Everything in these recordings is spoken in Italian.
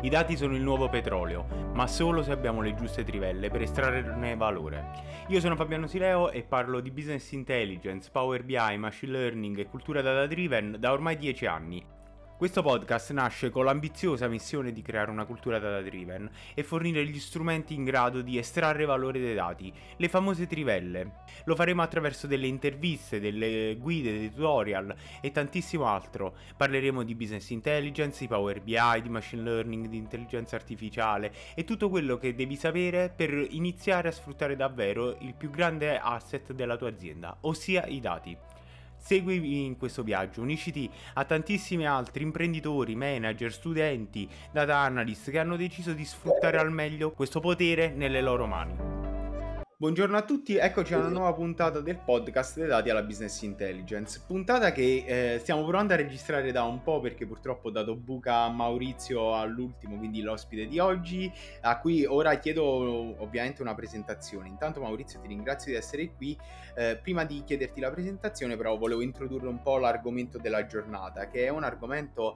I dati sono il nuovo petrolio, ma solo se abbiamo le giuste trivelle per estrarne valore. Io sono Fabiano Sileo e parlo di business intelligence, Power BI, machine learning e cultura data driven da ormai 10 anni. Questo podcast nasce con l'ambiziosa missione di creare una cultura data driven e fornire gli strumenti in grado di estrarre valore dai dati, le famose trivelle. Lo faremo attraverso delle interviste, delle guide, dei tutorial e tantissimo altro. Parleremo di business intelligence, di Power BI, di machine learning, di intelligenza artificiale e tutto quello che devi sapere per iniziare a sfruttare davvero il più grande asset della tua azienda, ossia i dati. Seguimi in questo viaggio, unisciti a tantissimi altri imprenditori, manager, studenti, data analyst che hanno deciso di sfruttare al meglio questo potere nelle loro mani. Buongiorno a tutti, eccoci a una nuova puntata del podcast dedicati alla business intelligence. Puntata che stiamo provando a registrare da un po' perché purtroppo ho dato buca a Maurizio all'ultimo, quindi l'ospite di oggi, a cui ora chiedo ovviamente una presentazione. Intanto Maurizio ti ringrazio di essere qui. Prima di chiederti la presentazione però volevo introdurre un po' l'argomento della giornata, che è un argomento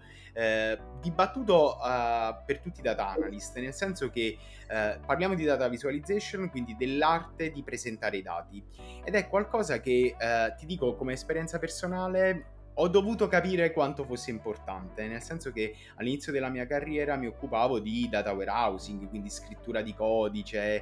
dibattuto per tutti i data analyst, nel senso che parliamo di data visualization, quindi dell'arte di presentare i dati, ed è qualcosa che ti dico come esperienza personale ho dovuto capire quanto fosse importante, nel senso che all'inizio della mia carriera mi occupavo di data warehousing, quindi scrittura di codice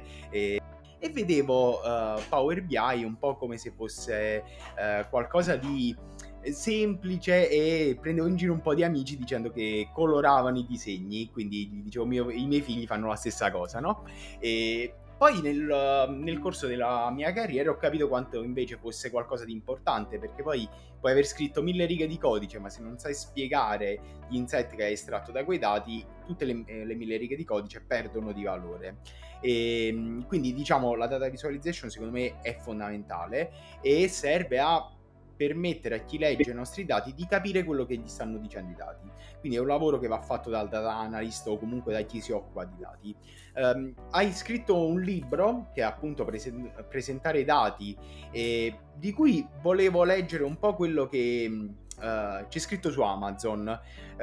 e vedevo Power BI un po' come se fosse qualcosa di semplice, e prendevo in giro un po' di amici dicendo che coloravano i disegni, quindi gli dicevo i miei figli fanno la stessa cosa, no? E poi nel corso della mia carriera ho capito quanto invece fosse qualcosa di importante, perché poi puoi aver scritto 1000 righe di codice, ma se non sai spiegare gli insight che hai estratto da quei dati, tutte le 1000 righe di codice perdono di valore. E quindi diciamo la data visualization secondo me è fondamentale e serve a permettere a chi legge i nostri dati di capire quello che gli stanno dicendo i dati. Quindi è un lavoro che va fatto dal data analyst o comunque da chi si occupa di dati. Hai scritto un libro che è appunto presentare i dati, di cui volevo leggere un po' quello che c'è scritto su Amazon,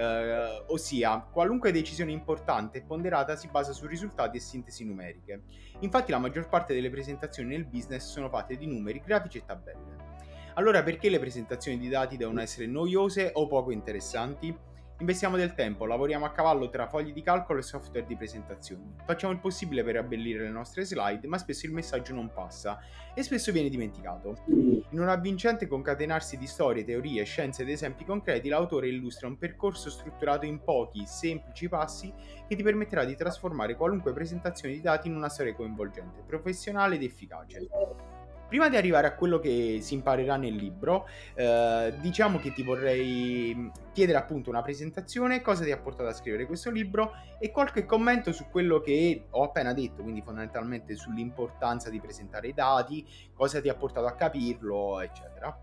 ossia qualunque decisione importante e ponderata si basa su risultati e sintesi numeriche. Infatti la maggior parte delle presentazioni nel business sono fatte di numeri, grafici e tabelle. Allora perché le presentazioni di dati devono essere noiose o poco interessanti? Investiamo del tempo, lavoriamo a cavallo tra fogli di calcolo e software di presentazioni. Facciamo il possibile per abbellire le nostre slide, ma spesso il messaggio non passa e spesso viene dimenticato. In un avvincente concatenarsi di storie, teorie, scienze ed esempi concreti, l'autore illustra un percorso strutturato in pochi, semplici passi che ti permetterà di trasformare qualunque presentazione di dati in una storia coinvolgente, professionale ed efficace. Prima di arrivare a quello che si imparerà nel libro, diciamo che ti vorrei chiedere appunto una presentazione, cosa ti ha portato a scrivere questo libro e qualche commento su quello che ho appena detto, quindi fondamentalmente sull'importanza di presentare i dati, cosa ti ha portato a capirlo, eccetera.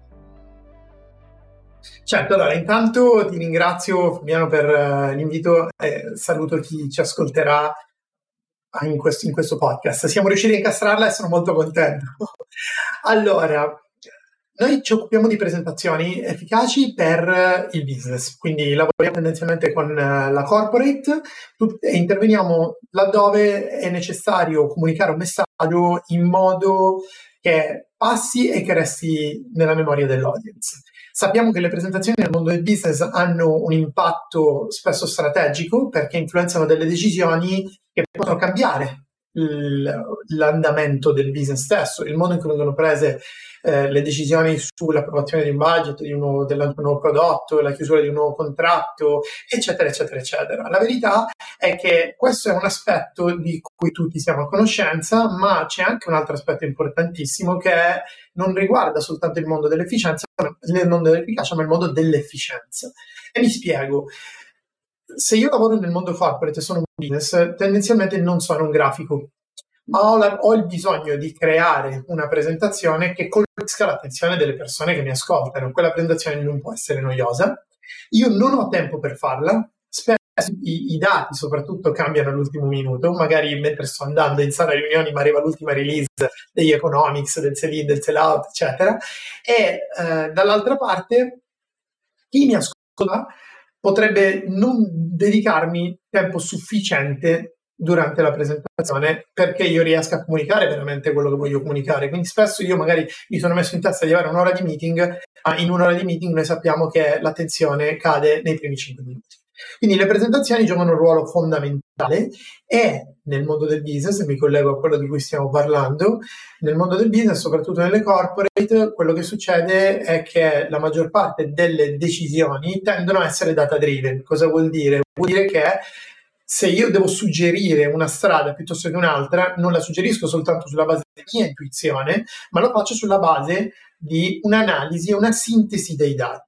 Certo, allora intanto ti ringrazio Fabiano per l'invito e saluto chi ci ascolterà in questo podcast. Siamo riusciti a incastrarla e sono molto contento. Allora, noi ci occupiamo di presentazioni efficaci per il business, quindi lavoriamo tendenzialmente con la corporate e interveniamo laddove è necessario comunicare un messaggio in modo che passi e che resti nella memoria dell'audience. Sappiamo che le presentazioni nel mondo del business hanno un impatto spesso strategico perché influenzano delle decisioni che possono cambiare l'andamento del business stesso, il modo in cui vengono prese le decisioni sull'approvazione di un budget, del nuovo prodotto, la chiusura di un nuovo contratto, eccetera, eccetera, eccetera. La verità è che questo è un aspetto di cui tutti siamo a conoscenza, ma c'è anche un altro aspetto importantissimo che non riguarda soltanto il mondo dell'efficienza, il mondo dell'efficacia, ma il mondo dell'efficienza. E mi spiego. Se io lavoro nel mondo corporate e sono un business, tendenzialmente non sono un grafico, ma ho il bisogno di creare una presentazione che colpisca l'attenzione delle persone che mi ascoltano. Quella presentazione non può essere noiosa. Io non ho tempo per farla. Spesso i dati soprattutto cambiano all'ultimo minuto, magari mentre sto andando in sala riunioni mi arriva l'ultima release degli economics, del sell-in, del sell-out, eccetera. E dall'altra parte chi mi ascolta potrebbe non dedicarmi tempo sufficiente durante la presentazione perché io riesca a comunicare veramente quello che voglio comunicare. Quindi spesso io magari mi sono messo in testa di avere un'ora di meeting, ma in un'ora di meeting noi sappiamo che l'attenzione cade nei primi 5 minuti. Quindi le presentazioni giocano un ruolo fondamentale e nel mondo del business, mi collego a quello di cui stiamo parlando, nel mondo del business, soprattutto nelle corporate, quello che succede è che la maggior parte delle decisioni tendono a essere data driven. Cosa vuol dire? Vuol dire che se io devo suggerire una strada piuttosto che un'altra, non la suggerisco soltanto sulla base della mia intuizione, ma lo faccio sulla base di un'analisi e una sintesi dei dati.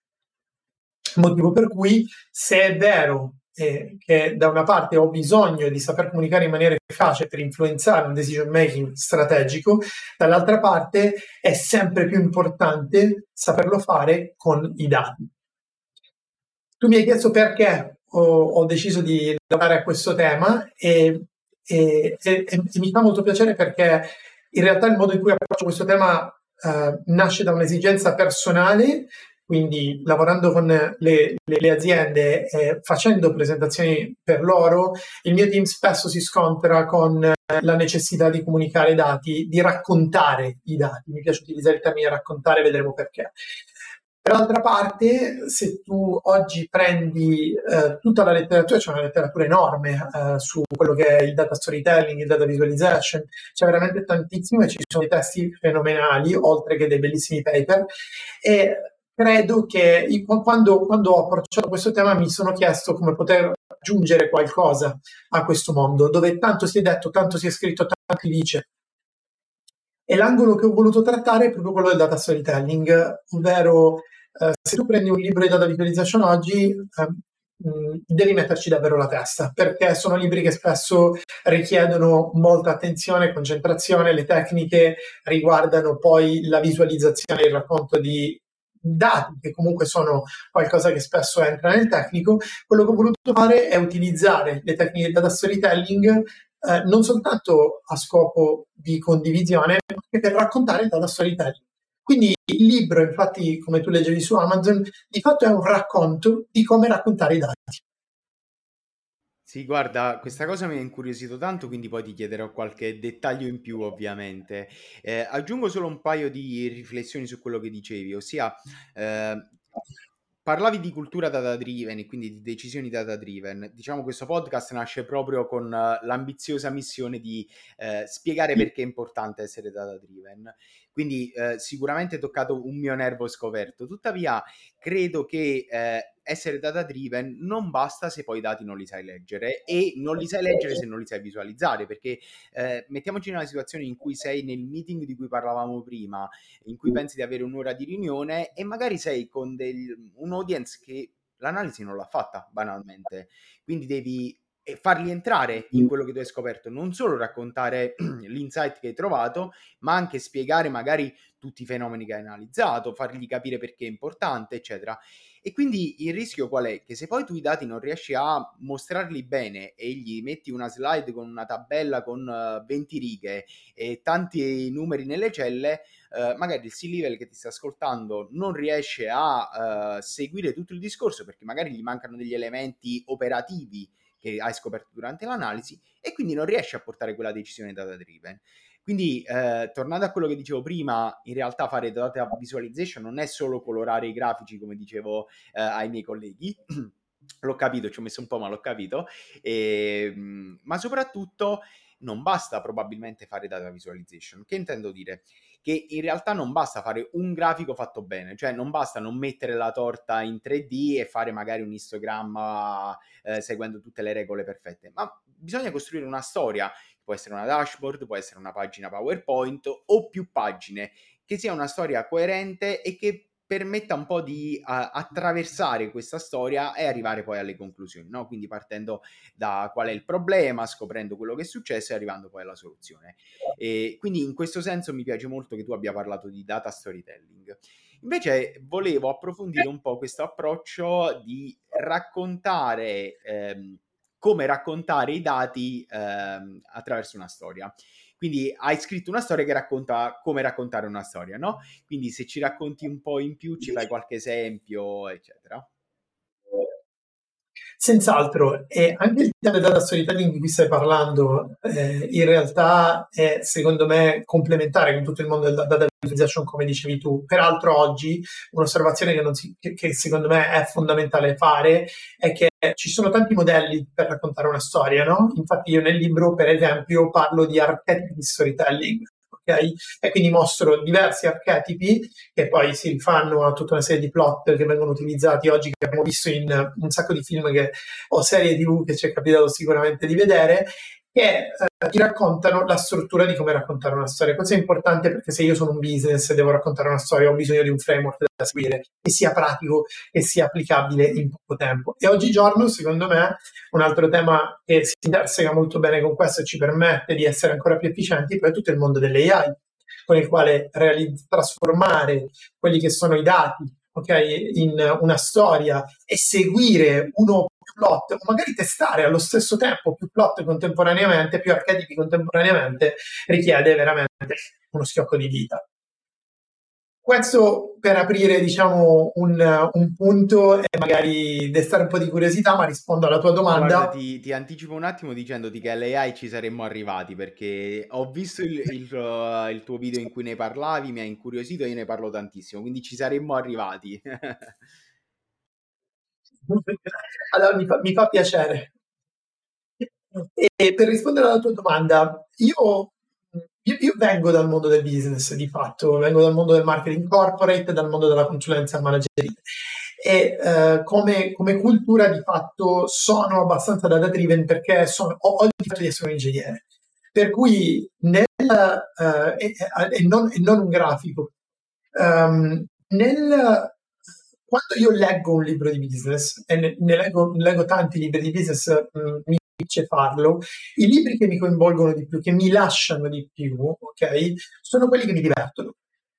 Motivo per cui, se è vero che da una parte ho bisogno di saper comunicare in maniera efficace per influenzare un decision making strategico, dall'altra parte è sempre più importante saperlo fare con i dati. Tu mi hai chiesto perché ho deciso di lavorare a questo tema e mi fa molto piacere perché in realtà il modo in cui approccio questo tema nasce da un'esigenza personale, quindi lavorando con le aziende e facendo presentazioni per loro, il mio team spesso si scontra con la necessità di comunicare i dati, di raccontare i dati. Mi piace utilizzare il termine raccontare, vedremo perché. Per altra parte, se tu oggi prendi tutta la letteratura, c'è una letteratura enorme su quello che è il data storytelling, il data visualization, c'è veramente tantissimo e ci sono dei testi fenomenali, oltre che dei bellissimi paper. E credo che quando ho approcciato questo tema mi sono chiesto come poter aggiungere qualcosa a questo mondo, dove tanto si è detto, tanto si è scritto, tanto si dice. E l'angolo che ho voluto trattare è proprio quello del data storytelling, ovvero se tu prendi un libro di data visualization oggi, devi metterci davvero la testa, perché sono libri che spesso richiedono molta attenzione, concentrazione, le tecniche riguardano poi la visualizzazione e il racconto di dati, che comunque sono qualcosa che spesso entra nel tecnico. Quello che ho voluto fare è utilizzare le tecniche di data storytelling non soltanto a scopo di condivisione, ma anche per raccontare data storytelling. Quindi il libro, infatti, come tu leggevi su Amazon, di fatto è un racconto di come raccontare i dati. Sì, guarda, questa cosa mi ha incuriosito tanto, quindi poi ti chiederò qualche dettaglio in più, ovviamente. Aggiungo solo un paio di riflessioni su quello che dicevi, ossia, eh, parlavi di cultura data driven e quindi di decisioni data driven. Diciamo, questo podcast nasce proprio con l'ambiziosa missione di spiegare perché è importante essere data driven. Quindi sicuramente hai toccato un mio nervo scoperto. Tuttavia, credo che essere data driven non basta se poi i dati non li sai leggere e non li sai leggere se non li sai visualizzare, perché mettiamoci nella situazione in cui sei nel meeting di cui parlavamo prima, in cui pensi di avere un'ora di riunione e magari sei con un audience che l'analisi non l'ha fatta banalmente, quindi devi farli entrare in quello che tu hai scoperto, non solo raccontare l'insight che hai trovato, ma anche spiegare magari tutti i fenomeni che hai analizzato, fargli capire perché è importante, eccetera. E quindi il rischio qual è? Che se poi tu i dati non riesci a mostrarli bene e gli metti una slide con una tabella con 20 righe e tanti numeri nelle celle, magari il C-level che ti sta ascoltando non riesce a seguire tutto il discorso perché magari gli mancano degli elementi operativi che hai scoperto durante l'analisi e quindi non riesce a portare quella decisione data driven. Quindi, tornando a quello che dicevo prima, in realtà fare data visualization non è solo colorare i grafici, come dicevo ai miei colleghi. L'ho capito, ci ho messo un po', ma l'ho capito. Ma soprattutto non basta probabilmente fare data visualization. Che intendo dire? Che in realtà non basta fare un grafico fatto bene, cioè non basta non mettere la torta in 3D e fare magari un istogramma seguendo tutte le regole perfette, ma bisogna costruire una storia, può essere una dashboard, può essere una pagina PowerPoint o più pagine, che sia una storia coerente e che permetta un po' di attraversare questa storia e arrivare poi alle conclusioni, no? Quindi partendo da qual è il problema, scoprendo quello che è successo e arrivando poi alla soluzione. E quindi in questo senso mi piace molto che tu abbia parlato di data storytelling. Invece volevo approfondire un po' questo approccio di raccontare come raccontare i dati attraverso una storia. Quindi hai scritto una storia che racconta come raccontare una storia, no? Quindi se ci racconti un po' in più, ci fai qualche esempio, eccetera. Senz'altro, e anche il tema del data storytelling di cui stai parlando, in realtà è secondo me complementare con tutto il mondo del data visualization, come dicevi tu. Peraltro oggi un'osservazione che secondo me è fondamentale fare è che ci sono tanti modelli per raccontare una storia, no? Infatti io nel libro, per esempio, parlo di archetipi di storytelling. Okay? E quindi mostro diversi archetipi che poi si rifanno a tutta una serie di plot che vengono utilizzati oggi, che abbiamo visto in un sacco di film o serie TV che ci è capitato sicuramente di vedere, che ti raccontano la struttura di come raccontare una storia. Questo è importante perché se io sono un business e devo raccontare una storia, ho bisogno di un framework da seguire che sia pratico e sia applicabile in poco tempo. E oggigiorno, secondo me, un altro tema che si interseca molto bene con questo e ci permette di essere ancora più efficienti è tutto il mondo dell'AI, con il quale trasformare quelli che sono i dati, okay, in una storia e seguire uno più plot, o magari testare allo stesso tempo più plot contemporaneamente, più archetipi contemporaneamente, richiede veramente uno schiocco di dita. Questo per aprire, diciamo, un punto e magari destare un po' di curiosità, ma rispondo alla tua domanda. Guarda, ti anticipo un attimo dicendoti che all'AI ci saremmo arrivati, perché ho visto il tuo video in cui ne parlavi, mi ha incuriosito e io ne parlo tantissimo, quindi ci saremmo arrivati. Allora mi fa piacere. E per rispondere alla tua domanda, io vengo dal mondo del business, di fatto, vengo dal mondo del marketing corporate, dal mondo della consulenza manageriale e come cultura di fatto sono abbastanza data driven perché ho il difetto di essere un ingegnere, per cui e non un grafico. Quando io leggo un libro di business, e ne leggo tanti libri di business, mi piace farlo, i libri che mi coinvolgono di più, che mi lasciano di più, ok, sono quelli che mi divertono.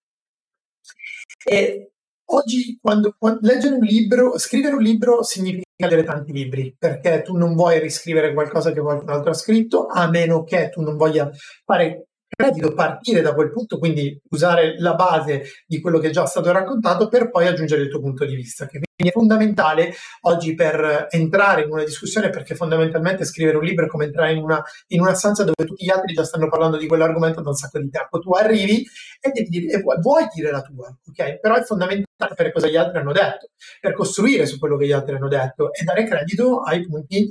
E oggi, quando leggere un libro, scrivere un libro significa leggere tanti libri, perché tu non vuoi riscrivere qualcosa che qualcun altro ha scritto, a meno che tu non voglia fare credito, partire da quel punto, quindi usare la base di quello che è già stato raccontato per poi aggiungere il tuo punto di vista, che quindi è fondamentale oggi per entrare in una discussione, perché fondamentalmente scrivere un libro è come entrare in una stanza dove tutti gli altri già stanno parlando di quell'argomento da un sacco di tempo. Tu arrivi e vuoi dire la tua, ok? Però è fondamentale sapere cosa gli altri hanno detto, per costruire su quello che gli altri hanno detto e dare credito ai punti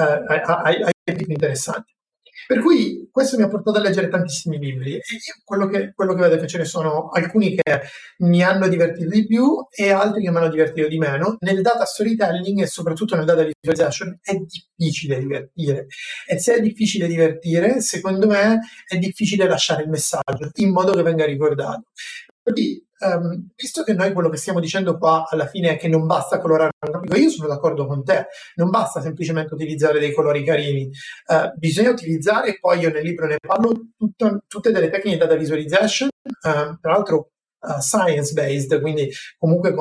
più interessanti. Per cui questo mi ha portato a leggere tantissimi libri e io quello che vedo che ce ne sono alcuni che mi hanno divertito di più e altri che mi hanno divertito di meno. Nel data storytelling e soprattutto nel data visualization è difficile divertire, e se è difficile divertire, secondo me è difficile lasciare il messaggio in modo che venga ricordato. Quindi, visto che noi quello che stiamo dicendo qua alla fine è che non basta colorare un grafico, io sono d'accordo con te, non basta semplicemente utilizzare dei colori carini, bisogna utilizzare, poi io nel libro ne parlo, tutte delle tecniche data visualization, tra l'altro science based, quindi comunque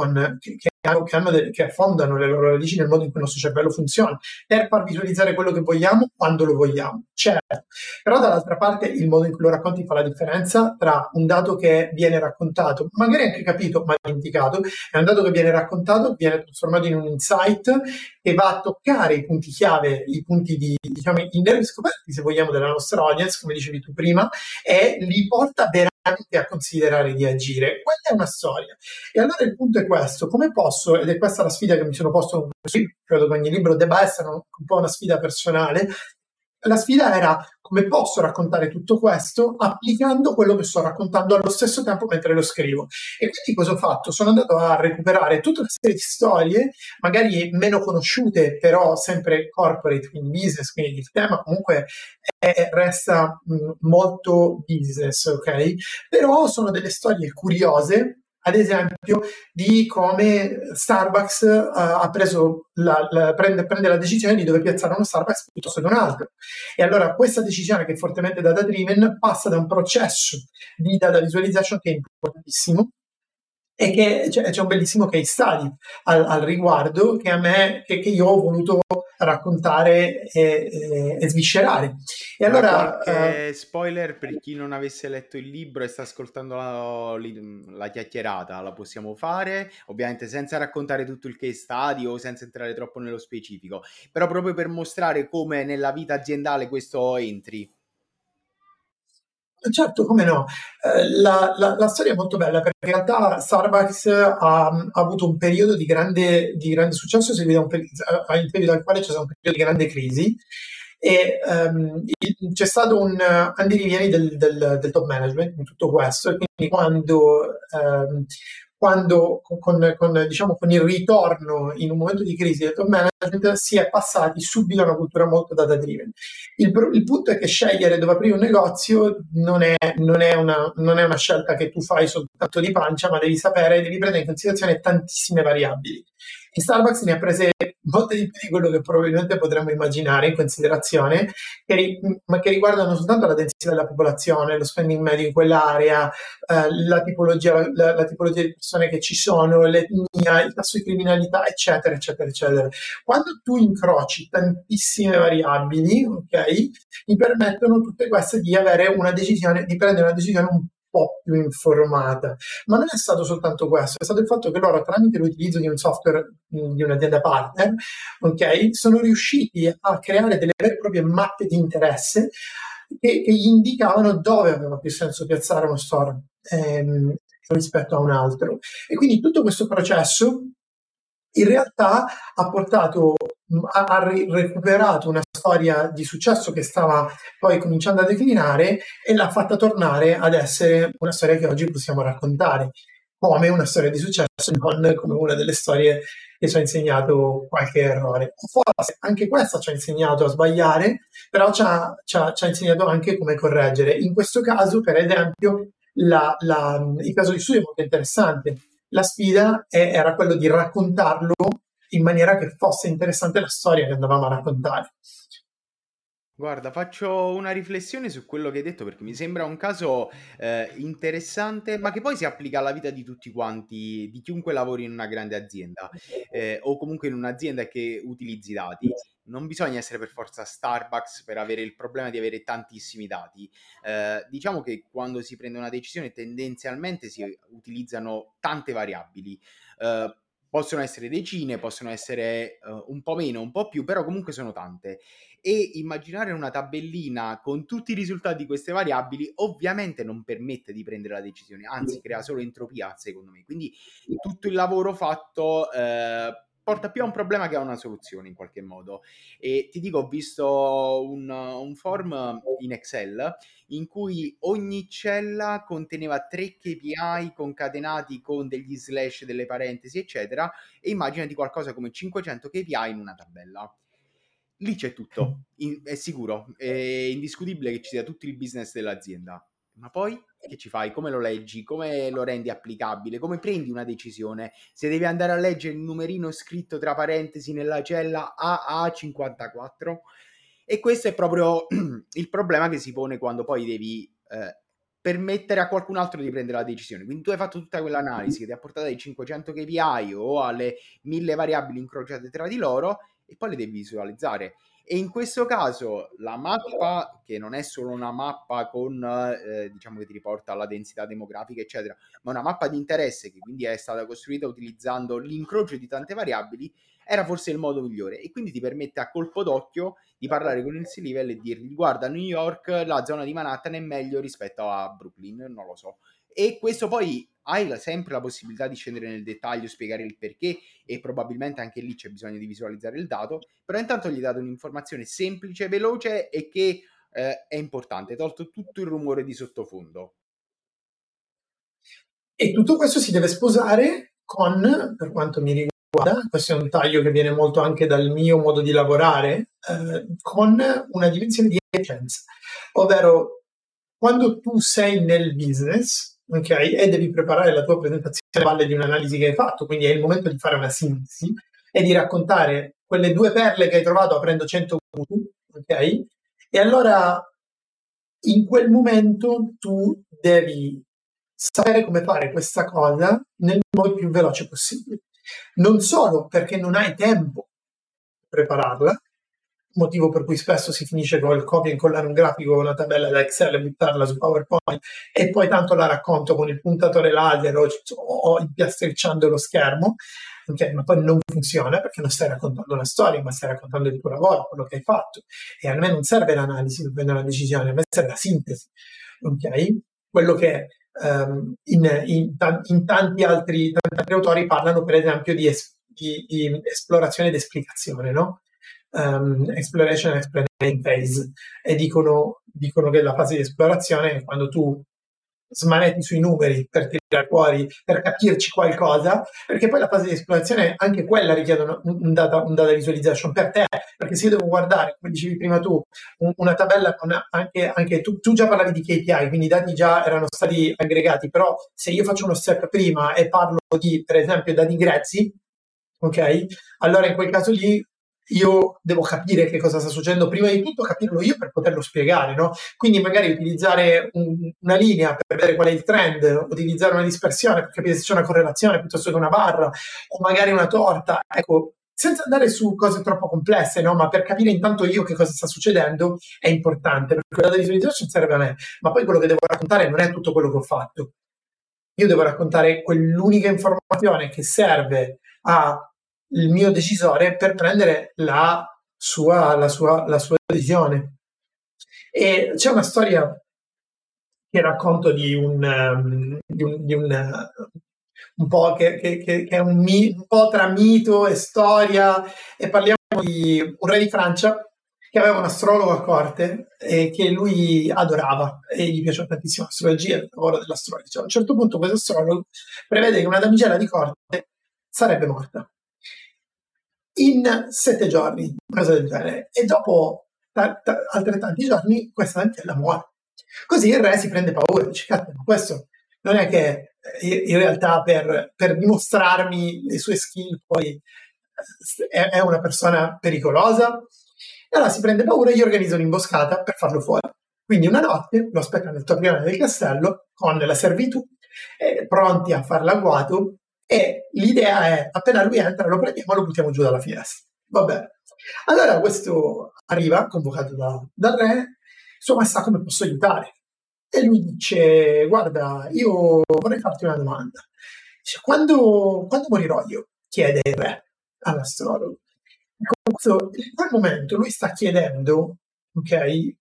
che affondano le loro radici nel modo in cui il nostro cervello funziona, per far visualizzare quello che vogliamo quando lo vogliamo, certo. Però dall'altra parte il modo in cui lo racconti fa la differenza tra un dato che viene raccontato, magari anche capito ma dimenticato, e un dato che viene raccontato, viene trasformato in un insight e va a toccare i punti chiave, i punti diciamo, i nervi scoperti, se vogliamo, della nostra audience, come dicevi tu prima, e li porta veramente a considerare di agire. Quella è una storia. E allora il punto è questo: come posso, ed è questa la sfida che mi sono posto con questo libro, credo che ogni libro debba essere un po' una sfida personale. La sfida era: come posso raccontare tutto questo applicando quello che sto raccontando allo stesso tempo mentre lo scrivo. E quindi cosa ho fatto? Sono andato a recuperare tutta una serie di storie, magari meno conosciute, però sempre corporate, quindi business, quindi il tema comunque resta molto business, ok? Però sono delle storie curiose, ad esempio, di come Starbucks prende la decisione di dove piazzare uno Starbucks piuttosto che un altro. E allora questa decisione, che è fortemente data driven, passa da un processo di data visualization che è importantissimo e che c'è un bellissimo case study al riguardo che io ho voluto raccontare e sviscerare. E Ma allora, qualche spoiler per chi non avesse letto il libro e sta ascoltando la chiacchierata, la possiamo fare, ovviamente senza raccontare tutto il case study o senza entrare troppo nello specifico, però proprio per mostrare come nella vita aziendale questo entri. certo, come no. La storia è molto bella perché in realtà Starbucks ha avuto un periodo di grande successo, seguito a un periodo al quale c'è stato un periodo di grande crisi e c'è stato un andirivieni del top management in tutto questo e quindi quando diciamo, con il ritorno in un momento di crisi del top management si è passati subito a una cultura molto data driven. Il punto è che scegliere dove aprire un negozio non è una scelta che tu fai soltanto di pancia, ma devi prendere in considerazione tantissime variabili. E Starbucks ne ha prese molte di più di quello che probabilmente potremmo immaginare in considerazione, ma che riguardano non soltanto la densità della popolazione, lo spending medio in quell'area, la tipologia di persone che ci sono, l'etnia, il tasso di criminalità, eccetera, eccetera, eccetera. Quando tu incroci tantissime variabili, ok, mi permettono tutte queste di prendere una decisione un po' più informata. Ma non è stato soltanto questo, è stato il fatto che loro, tramite l'utilizzo di un software di un'azienda partner, ok, sono riusciti a creare delle vere e proprie mappe di interesse che gli indicavano dove aveva più senso piazzare uno store rispetto a un altro. E quindi tutto questo processo in realtà ha recuperato una storia di successo che stava poi cominciando a declinare e l'ha fatta tornare ad essere una storia che oggi possiamo raccontare come una storia di successo, non come una delle storie che ci ha insegnato qualche errore. Forse anche questa ci ha insegnato a sbagliare, però ci ha insegnato anche come correggere. In questo caso, per esempio, il caso di studio è molto interessante. La sfida era quello di raccontarlo in maniera che fosse interessante la storia che andavamo a raccontare. Guarda, faccio una riflessione su quello che hai detto perché mi sembra un caso interessante, ma che poi si applica alla vita di tutti quanti, di chiunque lavori in una grande azienda o comunque in un'azienda che utilizzi dati. Non bisogna essere per forza Starbucks per avere il problema di avere tantissimi dati. Diciamo che quando si prende una decisione tendenzialmente si utilizzano tante variabili. Eh, Possono essere decine, possono essere un po' meno, un po' più, però comunque sono tante e immaginare una tabellina con tutti i risultati di queste variabili ovviamente non permette di prendere la decisione, anzi crea solo entropia secondo me. Quindi tutto il lavoro fatto porta più a un problema che a una soluzione in qualche modo. E ti dico, ho visto un form in Excel in cui ogni cella conteneva 3 KPI concatenati con degli slash, delle parentesi, eccetera, e immaginati qualcosa come 500 KPI in una tabella. Lì c'è tutto, è sicuro, è indiscutibile che ci sia tutto il business dell'azienda. Ma poi che ci fai? Come lo leggi? Come lo rendi applicabile? Come prendi una decisione? Se devi andare a leggere il numerino scritto tra parentesi nella cella AA54? E questo è proprio il problema che si pone quando poi devi permettere a qualcun altro di prendere la decisione. Quindi tu hai fatto tutta quell'analisi che ti ha portato ai 500 KPI o alle 1000 variabili incrociate tra di loro e poi le devi visualizzare. E in questo caso la mappa, che non è solo una mappa con, diciamo che ti riporta alla densità demografica, eccetera, ma una mappa di interesse che quindi è stata costruita utilizzando l'incrocio di tante variabili, era forse il modo migliore e quindi ti permette a colpo d'occhio di parlare con il C-Level e dirgli guarda, a New York la zona di Manhattan è meglio rispetto a Brooklyn, non lo so. E questo poi hai sempre la possibilità di scendere nel dettaglio, spiegare il perché e probabilmente anche lì c'è bisogno di visualizzare il dato, però intanto gli date un'informazione semplice, veloce e che è importante, tolto tutto il rumore di sottofondo. E tutto questo si deve sposare con, per quanto mi riguarda, questo è un taglio che viene molto anche dal mio modo di lavorare, con una dimensione di efficienza, ovvero quando tu sei nel business, ok, e devi preparare la tua presentazione a valle di un'analisi che hai fatto, quindi è il momento di fare una sintesi e di raccontare quelle due perle che hai trovato aprendo 100 punti, ok? E allora in quel momento tu devi sapere come fare questa cosa nel modo più veloce possibile. Non solo perché non hai tempo per prepararla, motivo per cui spesso si finisce con il copia e incollare un grafico con una tabella da Excel e buttarla su PowerPoint e poi tanto la racconto con il puntatore laser o impiastricciando lo schermo, okay? Ma poi non funziona perché non stai raccontando una storia, ma stai raccontando il tuo lavoro, quello che hai fatto. E a me non serve l'analisi per prendere una decisione, a me serve la sintesi, ok? Quello che in tanti altri autori parlano per esempio di esplorazione ed esplicazione, no? Exploration and explanation phase, e dicono che la fase di esplorazione è quando tu smanetti sui numeri per tirare fuori, per capirci qualcosa, perché poi la fase di esplorazione anche quella richiede un data visualization per te, perché se io devo guardare, come dicevi prima tu, una tabella con anche tu già parlavi di KPI, quindi i dati già erano stati aggregati, però se io faccio uno step prima e parlo di, per esempio, dati grezzi, ok? Allora in quel caso lì io devo capire che cosa sta succedendo, prima di tutto capirlo io per poterlo spiegare, no? Quindi magari utilizzare una linea per vedere qual è il trend, utilizzare una dispersione per capire se c'è una correlazione piuttosto che una barra, o magari una torta, ecco, senza andare su cose troppo complesse, no? Ma per capire intanto io che cosa sta succedendo è importante, perché la visualizzazione serve a me, ma poi quello che devo raccontare non è tutto quello che ho fatto. Io devo raccontare quell'unica informazione che serve al mio decisore per prendere la sua decisione. E c'è una storia che racconto un po' che è un po' tra mito e storia, e parliamo di un re di Francia che aveva un astrologo a corte e che lui adorava e gli piaceva tantissimo l'astrologia, il lavoro dell'astrologo. A un certo punto questo astrologo prevede che una damigella di corte sarebbe morta in 7 giorni, una cosa del genere, e dopo altrettanti giorni questa damigella muore. Così il re si prende paura, dice: "Cazzo, ma questo non è che in realtà per dimostrarmi le sue skill poi è una persona pericolosa?" E allora si prende paura e gli organizza un'imboscata per farlo fuori. Quindi una notte lo aspetta nel torrione del castello con la servitù, pronti a far l'agguato, e l'idea è: appena lui entra lo prendiamo e lo buttiamo giù dalla finestra. Vabbè. Allora questo arriva, convocato dal re: "Sua Maestà, come posso aiutare?" E lui dice: "Guarda, io vorrei farti una domanda." Dice: quando morirò io?" Chiede il re all'astrologo. In quel momento lui sta chiedendo, ok,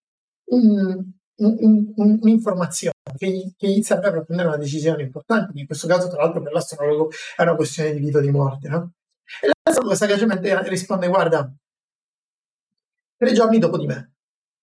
un'informazione che gli serve per prendere una decisione importante, che in questo caso, tra l'altro, per l'astrologo è una questione di vita o di morte, no? E l'astrologo sagacemente risponde: "Guarda, 3 giorni dopo di me."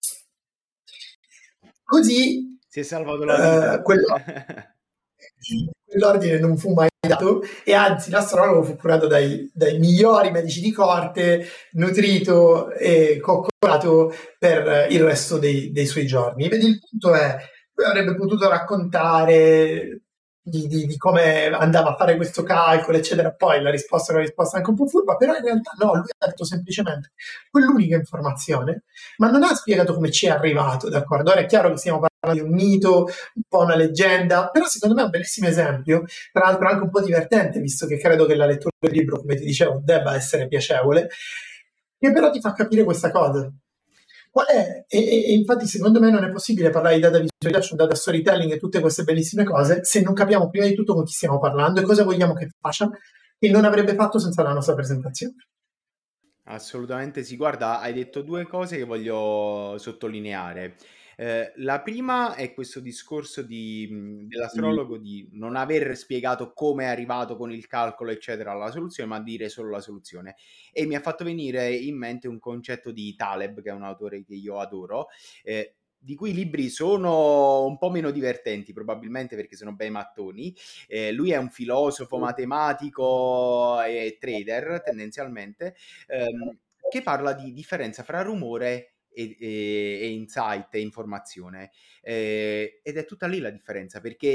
Così Si è salvato la vita. quell'ordine non fu mai dato, e anzi l'astrologo fu curato dai migliori medici di corte, nutrito e coccolato per il resto dei suoi giorni. Vedi, il punto è: lui avrebbe potuto raccontare di come andava a fare questo calcolo, eccetera. Poi la risposta è una risposta anche un po' furba, però in realtà no, lui ha detto semplicemente quell'unica informazione, ma non ha spiegato come ci è arrivato, d'accordo? Ora è chiaro che stiamo parlando di un mito, un po' una leggenda, però secondo me è un bellissimo esempio, tra l'altro anche un po' divertente, visto che credo che la lettura del libro, come ti dicevo, debba essere piacevole, che però ti fa capire questa cosa. Qual è? E infatti secondo me non è possibile parlare di data visualization, data storytelling e tutte queste bellissime cose se non capiamo prima di tutto con chi stiamo parlando e cosa vogliamo che faccia, che non avrebbe fatto senza la nostra presentazione. Assolutamente sì. Guarda, hai detto due cose che voglio sottolineare. La prima è questo discorso dell'astrologo di non aver spiegato come è arrivato con il calcolo, eccetera, alla soluzione, ma dire solo la soluzione. E mi ha fatto venire in mente un concetto di Taleb, che è un autore che io adoro, di cui i libri sono un po' meno divertenti, probabilmente perché sono bei mattoni. Lui è un filosofo, matematico e trader, tendenzialmente, che parla di differenza fra rumore e insight e informazione. Ed è tutta lì la differenza, perché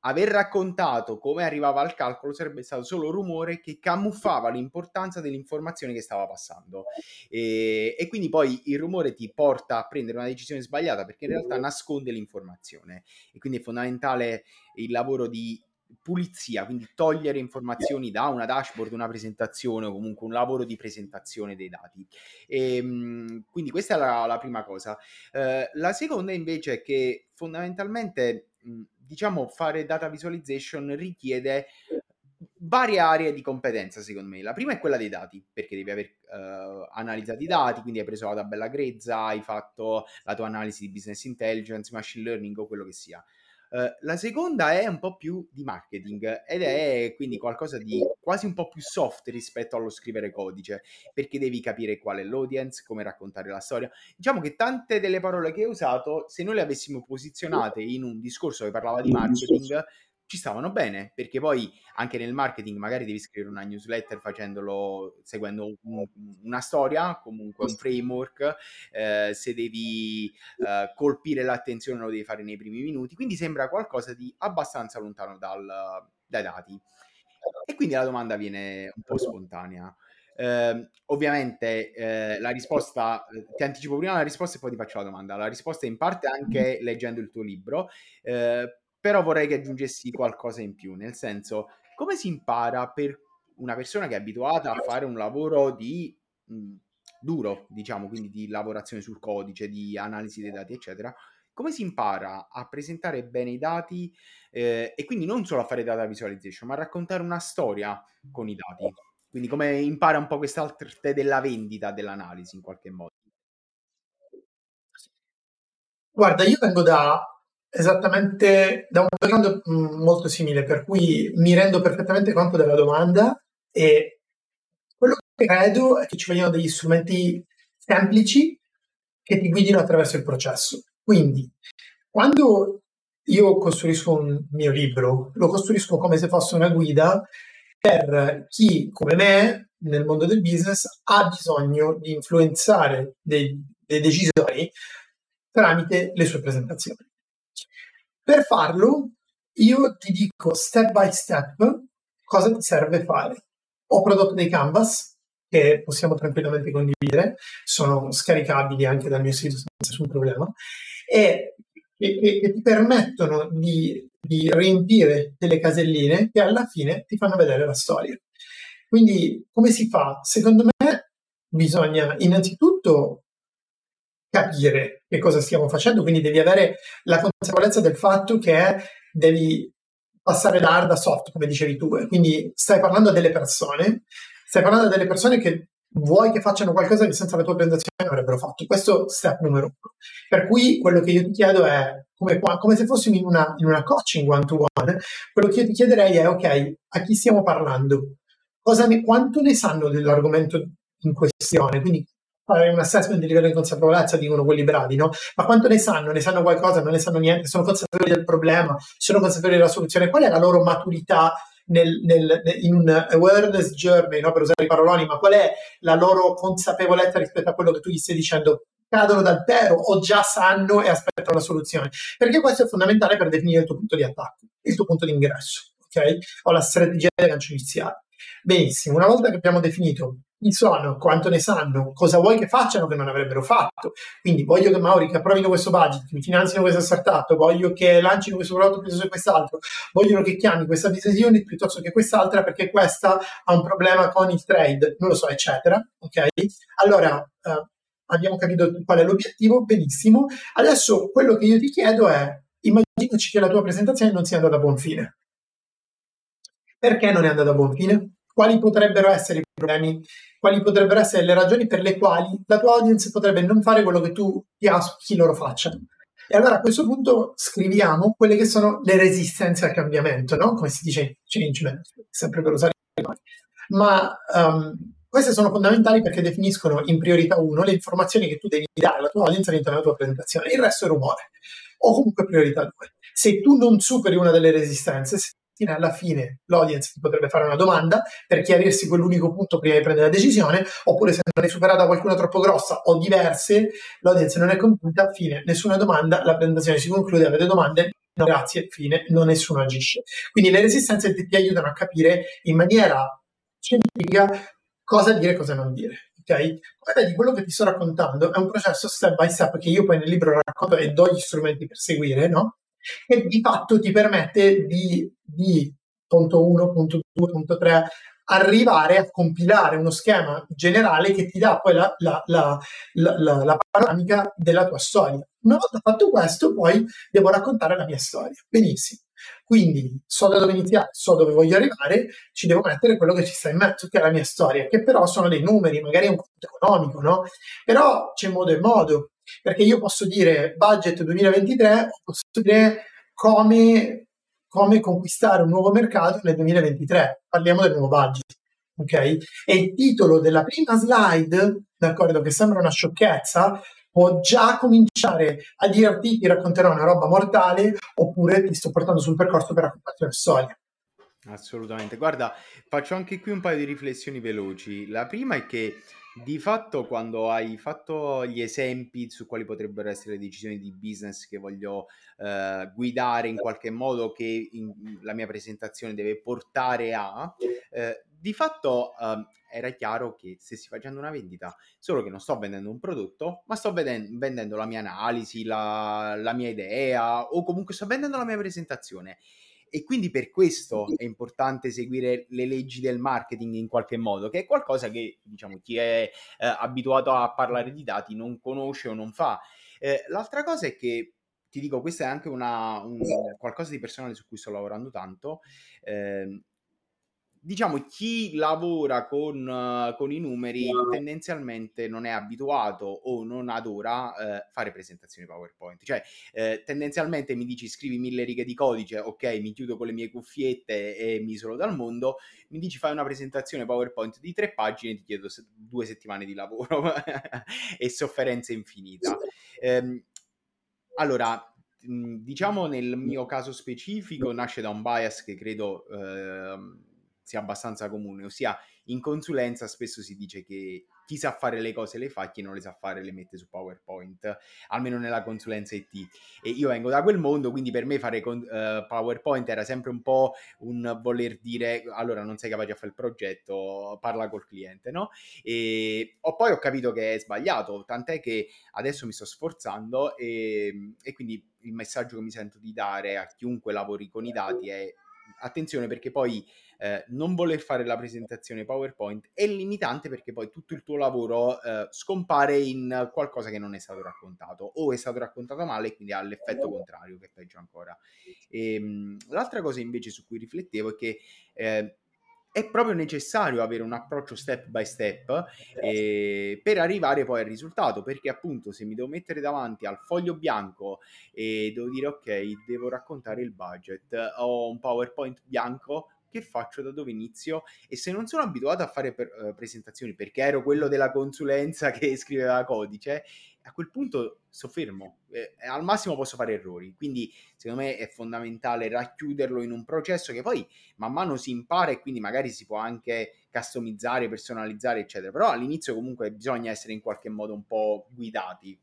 aver raccontato come arrivava al calcolo sarebbe stato solo rumore che camuffava l'importanza dell'informazione che stava passando. E quindi poi il rumore ti porta a prendere una decisione sbagliata perché in realtà nasconde l'informazione. E quindi è fondamentale il lavoro di pulizia, quindi togliere informazioni da una dashboard, una presentazione o comunque un lavoro di presentazione dei dati. Quindi questa è la prima cosa. La seconda invece è che fondamentalmente diciamo fare data visualization richiede varie aree di competenza secondo me. La prima è quella dei dati, perché devi aver analizzato i dati, quindi hai preso la tabella grezza, hai fatto la tua analisi di business intelligence, machine learning o quello che sia. La seconda è un po' più di marketing ed è quindi qualcosa di quasi un po' più soft rispetto allo scrivere codice, perché devi capire qual è l'audience, come raccontare la storia. Diciamo che tante delle parole che hai usato, se noi le avessimo posizionate in un discorso che parlava di marketing, ci stavano bene, perché poi anche nel marketing magari devi scrivere una newsletter seguendo una storia, comunque un framework, se devi colpire l'attenzione lo devi fare nei primi minuti, quindi sembra qualcosa di abbastanza lontano dai dati. E quindi la domanda viene un po' spontanea. Ovviamente la risposta, ti anticipo prima la risposta e poi ti faccio la domanda. La risposta è in parte anche leggendo il tuo libro, però vorrei che aggiungessi qualcosa in più, nel senso, come si impara per una persona che è abituata a fare un lavoro di duro, diciamo, quindi di lavorazione sul codice, di analisi dei dati, eccetera, come si impara a presentare bene i dati e quindi non solo a fare data visualization, ma a raccontare una storia con i dati? Quindi come impara un po' quest'arte della vendita, dell'analisi in qualche modo? Guarda, io vengo esattamente da un background molto simile, per cui mi rendo perfettamente conto della domanda e quello che credo è che ci vogliono degli strumenti semplici che ti guidino attraverso il processo. Quindi, quando io costruisco un mio libro, lo costruisco come se fosse una guida per chi, come me, nel mondo del business, ha bisogno di influenzare dei decisori tramite le sue presentazioni. Per farlo, io ti dico step by step cosa ti serve fare. Ho prodotto dei canvas che possiamo tranquillamente condividere, sono scaricabili anche dal mio sito senza nessun problema, e che ti permettono di riempire delle caselline che alla fine ti fanno vedere la storia. Quindi come si fa? Secondo me bisogna innanzitutto capire che cosa stiamo facendo, quindi devi avere la consapevolezza del fatto che devi passare da hard a soft, come dicevi tu, e quindi stai parlando a delle persone che vuoi che facciano qualcosa che senza la tua presentazione non avrebbero fatto. Questo step numero uno. Per cui quello che io ti chiedo è, come se fossimo in una coaching one-to-one, quello che io ti chiederei è, ok, a chi stiamo parlando? Quanto ne sanno dell'argomento in questione? Quindi fare un assessment di livello di consapevolezza, dicono quelli bravi, no? Ma quanto ne sanno? Ne sanno qualcosa? Non ne sanno niente? Sono consapevoli del problema? Sono consapevoli della soluzione? Qual è la loro maturità in un awareness journey, no? Per usare i paroloni, ma qual è la loro consapevolezza rispetto a quello che tu gli stai dicendo? Cadono dal pero o già sanno e aspettano la soluzione? Perché questo è fondamentale per definire il tuo punto di attacco, il tuo punto di ingresso, ok? O la strategia di lancio iniziale. Benissimo, una volta che abbiamo definito chi sono, quanto ne sanno, cosa vuoi che facciano che non avrebbero fatto, quindi voglio che Mauri che approvino questo budget, che mi finanzino questa startup, voglio che lancino questo prodotto piuttosto che quest'altro, vogliono che chiami questa business unit piuttosto che quest'altra perché questa ha un problema con il trade, non lo so, eccetera, ok? Allora, abbiamo capito qual è l'obiettivo, benissimo. Adesso quello che io ti chiedo è, immaginaci che la tua presentazione non sia andata a buon fine. Perché non è andata a buon fine? Quali potrebbero essere i problemi? Quali potrebbero essere le ragioni per le quali la tua audience potrebbe non fare quello che tu ti auspichi loro facciano? E allora a questo punto scriviamo quelle che sono le resistenze al cambiamento, no? Come si dice change management, sempre per usare i parole. Ma queste sono fondamentali perché definiscono in priorità 1 le informazioni che tu devi dare alla tua audience all'interno della tua presentazione. Il resto è rumore. O comunque priorità 2. Se tu non superi una delle resistenze, se mattina, alla fine l'audience ti potrebbe fare una domanda per chiarirsi quell'unico punto prima di prendere la decisione, oppure se non è superata qualcuna troppo grossa o diverse, l'audience non è convinta, fine, nessuna domanda, la presentazione si conclude, avete domande? No, grazie, fine, nessuno agisce. Quindi le resistenze ti aiutano a capire in maniera scientifica cosa dire e cosa non dire. Ok? Come vedi, quello che ti sto raccontando è un processo step by step che io poi nel libro racconto e do gli strumenti per seguire, no? E di fatto ti permette di punto 1, punto 2, punto 3, arrivare a compilare uno schema generale che ti dà poi la panoramica della tua storia. Una volta fatto questo, poi devo raccontare la mia storia. Benissimo. Quindi so da dove iniziare, so dove voglio arrivare, ci devo mettere quello che ci sta in mezzo, che è la mia storia, che però sono dei numeri, magari è un conto economico, no? Però c'è modo e modo, perché io posso dire budget 2023, posso dire come conquistare un nuovo mercato nel 2023. Parliamo del nuovo budget. Ok? E il titolo della prima slide, d'accordo, che sembra una sciocchezza, può già cominciare a dirti ti racconterò una roba mortale oppure ti sto portando sul percorso per raccontarti una storia. Assolutamente. Guarda, faccio anche qui un paio di riflessioni veloci. La prima è che di fatto quando hai fatto gli esempi su quali potrebbero essere le decisioni di business che voglio guidare in qualche modo, che la mia presentazione deve portare a, di fatto era chiaro che stessi facendo una vendita, solo che non sto vendendo un prodotto, ma sto vendendo la mia analisi, la mia idea, o comunque sto vendendo la mia presentazione. E quindi per questo è importante seguire le leggi del marketing in qualche modo, che è qualcosa che, diciamo, chi è abituato a parlare di dati non conosce o non fa. L'altra cosa è che, ti dico, questa è anche qualcosa di personale su cui sto lavorando tanto. Diciamo, chi lavora con i numeri tendenzialmente non è abituato o non adora fare presentazioni PowerPoint. Cioè, tendenzialmente mi dici scrivi 1000 righe di codice, ok, mi chiudo con le mie cuffiette e mi isolo dal mondo. Mi dici fai una presentazione PowerPoint di 3 pagine, ti chiedo 2 settimane di lavoro e sofferenza infinita. Allora, diciamo nel mio caso specifico nasce da un bias che credo sia abbastanza comune, ossia in consulenza spesso si dice che chi sa fare le cose le fa, chi non le sa fare le mette su PowerPoint, almeno nella consulenza IT. E io vengo da quel mondo, quindi per me fare PowerPoint era sempre un po' un voler dire allora non sei capace a fare il progetto, parla col cliente, no? E poi ho capito che è sbagliato, tant'è che adesso mi sto sforzando e quindi il messaggio che mi sento di dare a chiunque lavori con i dati è attenzione, perché poi non voler fare la presentazione PowerPoint è limitante, perché poi tutto il tuo lavoro scompare in qualcosa che non è stato raccontato o è stato raccontato male e quindi ha l'effetto contrario, che è peggio ancora. L'altra cosa invece su cui riflettevo è che è proprio necessario avere un approccio step by step per arrivare poi al risultato, perché appunto se mi devo mettere davanti al foglio bianco e devo dire ok, devo raccontare il budget, ho un PowerPoint bianco, che faccio, da dove inizio? E se non sono abituato a fare presentazioni, perché ero quello della consulenza che scriveva codice, a quel punto sto fermo, al massimo posso fare errori. Quindi secondo me è fondamentale racchiuderlo in un processo che poi man mano si impara e quindi magari si può anche customizzare, personalizzare, eccetera. Però all'inizio comunque bisogna essere in qualche modo un po' guidati.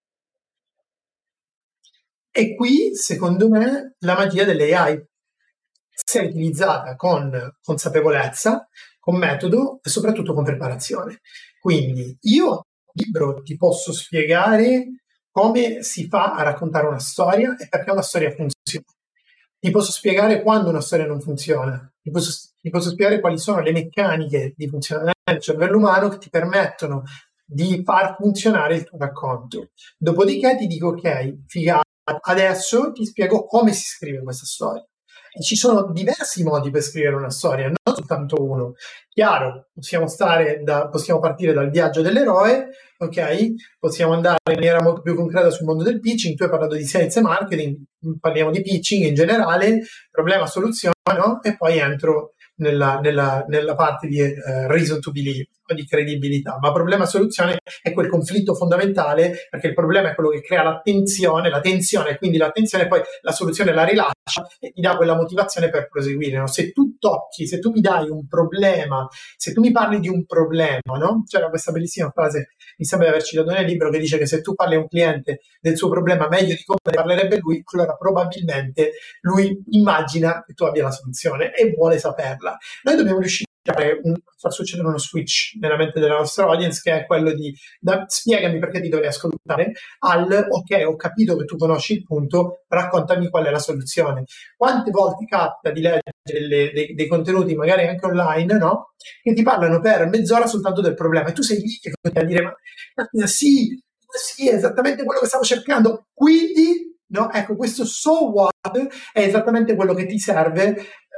E qui, secondo me, la magia dell'AI, se è utilizzata con consapevolezza, con metodo e soprattutto con preparazione. Quindi io nel libro ti posso spiegare come si fa a raccontare una storia e perché una storia funziona. Ti posso spiegare quando una storia non funziona. Ti posso spiegare quali sono le meccaniche di funzionamento del cervello umano che ti permettono di far funzionare il tuo racconto. Dopodiché ti dico, ok, figata, adesso ti spiego come si scrive questa storia. E ci sono diversi modi per scrivere una storia, non soltanto uno. Chiaro, possiamo partire dal viaggio dell'eroe, ok? Possiamo andare in maniera molto più concreta sul mondo del pitching. Tu hai parlato di sales e marketing, parliamo di pitching in generale, problema, soluzione, no? E poi entro nella parte di reason to believe, po' di credibilità, ma problema-soluzione è quel conflitto fondamentale, perché il problema è quello che crea la tensione, quindi l'attenzione poi la soluzione la rilascia e ti dà quella motivazione per proseguire. No? Se tu tocchi, se tu mi dai un problema, se tu mi parli di un problema, no? C'era questa bellissima frase, mi sembra di aver citato nel libro, che dice che se tu parli a un cliente del suo problema meglio di come ne parlerebbe lui, allora probabilmente lui immagina che tu abbia la soluzione e vuole saperla. Noi dobbiamo riuscire a far succedere uno switch nella mente della nostra audience, che è quello di spiegami perché ti dovrei ascoltare, al ok, ho capito che tu conosci il punto, raccontami qual è la soluzione. Quante volte capita di leggere dei contenuti, magari anche online, no? Che ti parlano per mezz'ora soltanto del problema e tu sei lì che continui a dire ma sì, sì, è esattamente quello che stavo cercando. Quindi, no? Ecco, questo so what è esattamente quello che ti serve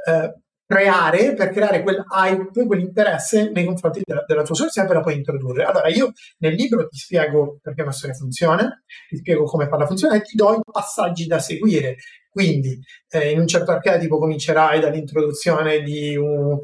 creare per creare quel hype, quell'interesse nei confronti della tua soluzione per la poi introdurre. Allora, io nel libro ti spiego perché una storia funziona, ti spiego come farla funzionare e ti do i passaggi da seguire. Quindi, in un certo archetipo comincerai dall'introduzione di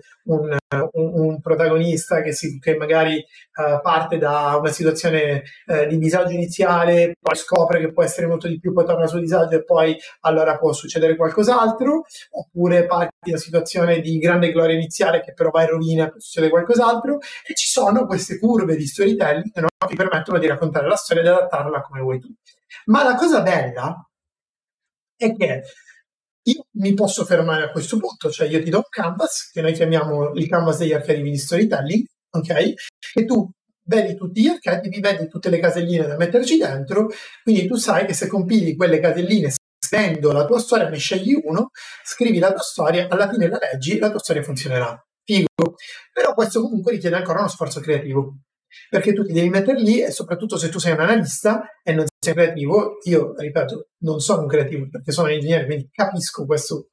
un protagonista che magari parte da una situazione di disagio iniziale, poi scopre che può essere molto di più, poi torna al suo disagio e poi allora può succedere qualcos'altro, oppure parti da una situazione di grande gloria iniziale che però va in rovina e succede qualcos'altro, e ci sono queste curve di storytelling, no, che ti permettono di raccontare la storia ed adattarla come vuoi tu. Ma la cosa bella è che io mi posso fermare a questo punto, cioè io ti do un canvas, che noi chiamiamo il canvas degli archetipi di storytelling, ok? E tu vedi tutti gli archetipi, vedi tutte le caselline da metterci dentro, quindi tu sai che se compili quelle caselline scrivendo la tua storia, ne scegli uno, scrivi la tua storia, alla fine la leggi, la tua storia funzionerà. Figo. Però questo comunque richiede ancora uno sforzo creativo, perché tu ti devi mettere lì e soprattutto se tu sei un analista e non sei creativo, io ripeto, non sono un creativo perché sono un ingegnere, quindi capisco